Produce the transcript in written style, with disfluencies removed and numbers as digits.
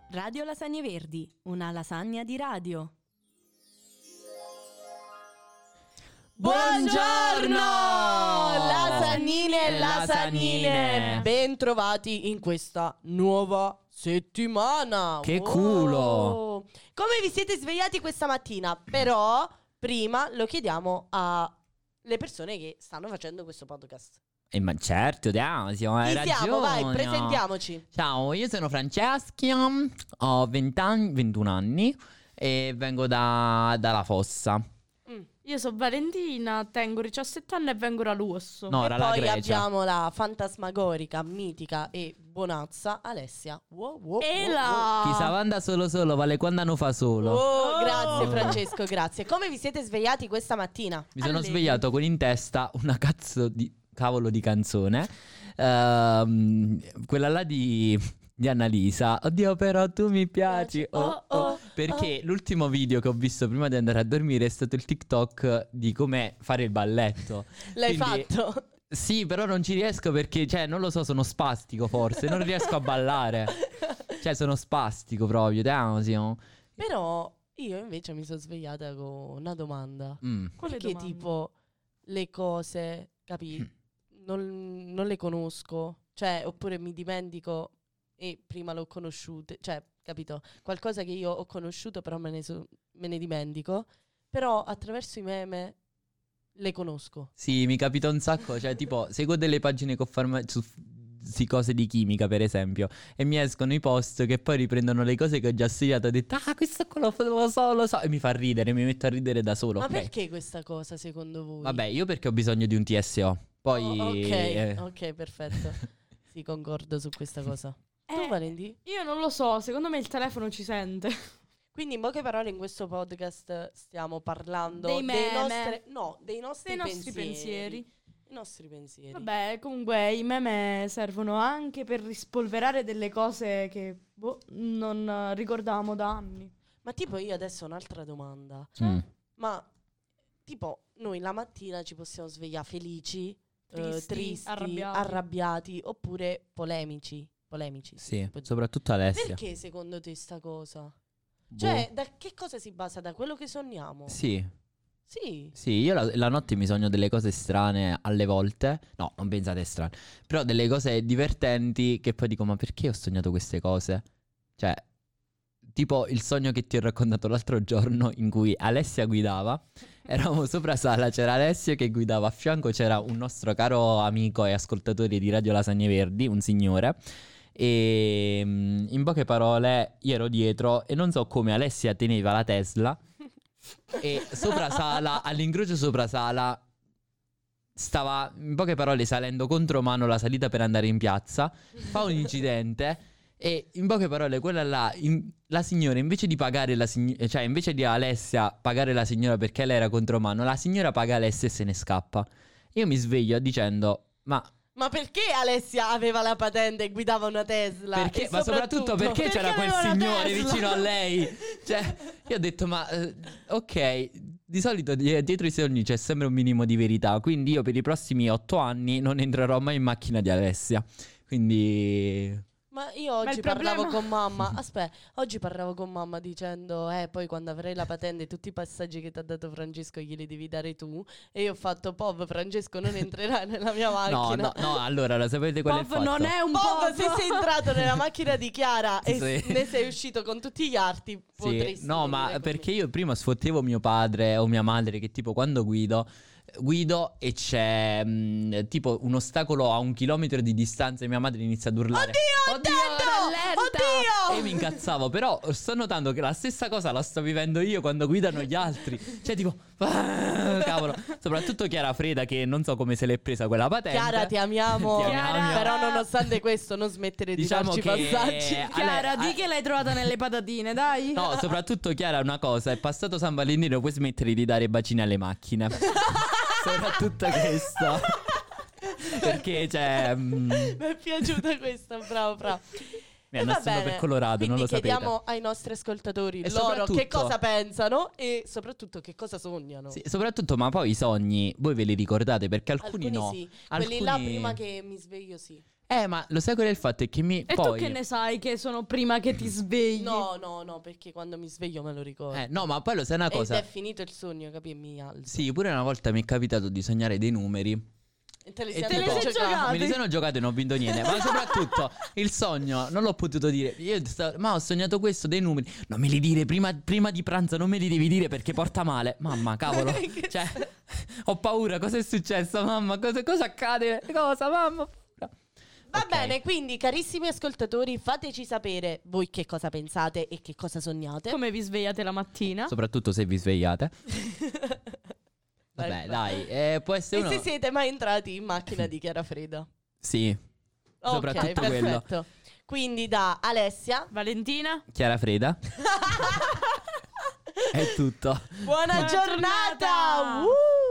Radio Lasagne Verdi, una lasagna di radio. Buongiorno lasagnine e lasagnine, ben trovati in questa nuova settimana. Che culo! Come vi siete svegliati questa mattina? Però prima lo chiediamo alle persone che stanno facendo questo podcast. Ma certo, siamo, hai Chi siamo? ragione. Vai, presentiamoci. Ciao, io sono Francesca, ho 21 anni e vengo dalla Fossa. Io sono Valentina, tengo 17 anni e vengo da Luosso. No, E era la poi Grecia. abbiamo la fantasmagorica, mitica e bonazza Alessia. E la... Chi sa anda solo vale quando non fa solo. Oh, grazie Francesco, grazie. Come vi siete svegliati questa mattina? Mi sono Allegri. svegliato con in testa una cavolo di canzone. Quella là di Annalisa. Oddio, però tu mi piaci. Perché l'ultimo video che ho visto prima di andare a dormire è stato il TikTok di come fare il balletto. L'hai Quindi- fatto? Sì, però non ci riesco perché, cioè, non lo so, sono spastico forse, non riesco a ballare. Cioè, sono spastico proprio, Però io invece mi sono svegliata con una domanda. Quale Perché domanda? tipo le cose, capi? Non le conosco. Cioè, oppure mi dimentico e prima l'ho conosciute. Cioè, capito? Qualcosa che io ho conosciuto però me ne dimentico. Però attraverso i meme le conosco. Sì, mi capita un sacco, cioè, tipo, seguo delle pagine su cose di chimica, per esempio, e mi escono i post che poi riprendono le cose che ho già studiato. Ho detto, questo qua lo so, e mi fa ridere, mi metto a ridere da solo. Ma ok. perché questa cosa secondo voi? Vabbè, io perché ho bisogno di un TSO. Poi... Ok, perfetto. Sì, concordo su questa cosa. Tu, Eh, Valentì? Io non lo so, secondo me il telefono ci sente. Quindi in poche parole in questo podcast stiamo parlando Dei meme. dei nostri Dei nostri pensieri. I nostri pensieri. Vabbè, comunque i meme servono anche per rispolverare delle cose che non ricordavamo da anni. Ma tipo io adesso ho un'altra domanda. Mm. Ma tipo noi la mattina ci possiamo svegliare felici, tristi, arrabbiati oppure polemici. Sì, soprattutto Alessia. Perché secondo te sta cosa? Boh. Cioè, da che cosa si basa? Da quello che sogniamo? Sì. Sì. Sì, io la notte mi sogno delle cose strane alle volte. No, non pensate strane. Però delle cose divertenti che poi dico, ma perché ho sognato queste cose? Cioè, tipo il sogno che ti ho raccontato l'altro giorno in cui Alessia guidava. Eravamo sopra sala, c'era Alessia che guidava, a fianco c'era un nostro caro amico e ascoltatore di Radio Lasagne Verdi, un signore. E in poche parole io ero dietro e non so come Alessia teneva la Tesla. E sopra sala, all'incrocio sopra sala, stava in poche parole salendo contromano la salita per andare in piazza. Fa un incidente e in poche parole quella là, la signora invece di pagare cioè invece di Alessia pagare la signora perché lei era contromano, la signora paga Alessia e se ne scappa. Io mi sveglio dicendo, Ma perché Alessia aveva la patente e guidava una Tesla? perché? E Ma soprattutto perché c'era quel aveva la signore Tesla? vicino a lei? Cioè, io ho detto, ok, di solito dietro i sogni c'è sempre un minimo di verità. Quindi io per i prossimi 8 anni non entrerò mai in macchina di Alessia. Quindi... Ma io oggi il parlavo problema- con mamma. Aspetta, oggi parlavo con mamma dicendo: poi quando avrai la patente, tutti i passaggi che ti ha dato Francesco glieli devi dare tu. E io ho fatto: Pov, Francesco non entrerà nella mia macchina. No, allora, lo sapete qual è il Pov fatto? non è un Pov, po'. se sei entrato nella macchina di Chiara e Sì. ne sei uscito con tutti gli arti, potresti Sì, no, venire ma con perché me. io prima sfottevo mio padre o mia madre che tipo quando guido e c'è tipo un ostacolo a 1 chilometro di distanza e mia madre inizia ad urlare Oddio, rallenta! oddio! E io mi incazzavo. Però sto notando che la stessa cosa la sto vivendo io quando guidano gli altri. Cioè tipo cavolo. Soprattutto Chiara Freda che non so come se l'è presa quella patente. Chiara, ti amiamo. Ti amiamo. Però nonostante questo non smettere di Diciamo darci che- passaggi. Chiara, di che l'hai trovata nelle patatine, dai. No, soprattutto Chiara una cosa, è passato San Valentino, puoi smettere di dare bacini alle macchine. Soprattutto questo. Perché cioè Mi è piaciuta questa, bravo. mi hanno assunto per Colorado, quindi non lo sapete. chiediamo ai nostri ascoltatori E loro che soprattutto- cosa pensano e soprattutto che cosa sognano. Sì, soprattutto, ma poi i sogni, voi ve li ricordate? Perché alcuni, no. sì, Alcuni... quelli là prima che mi sveglio sì. Ma lo sai qual è il fatto? È che E tu che ne sai che sono prima che ti svegli? No, perché quando mi sveglio me lo ricordo. No, ma poi lo sai una cosa? Ed è finito il sogno, capi? E mi alzo. Sì, pure una volta mi è capitato di sognare dei numeri. E te li E sei tipo, andati a giocare. me li sono giocati e non ho vinto niente. Ma soprattutto il sogno non l'ho potuto dire. Ma ho sognato questo, dei numeri. Non me li dire prima di pranzo, non me li devi dire perché porta male. Mamma, cavolo. Cioè, ho paura. Cosa è successo, mamma? Cosa accade? Cosa, mamma? Va Ok. bene, quindi carissimi ascoltatori, fateci sapere voi che cosa pensate e che cosa sognate. Come vi svegliate la mattina? Soprattutto se vi svegliate. Vai. Vabbè, dai. Può essere E uno. se siete mai entrati in macchina di Chiara Freda? Sì. Ok, Soprattutto quello. perfetto. Quindi da Alessia, Valentina? Chiara Freda. È tutto. buona Buona giornata! giornata!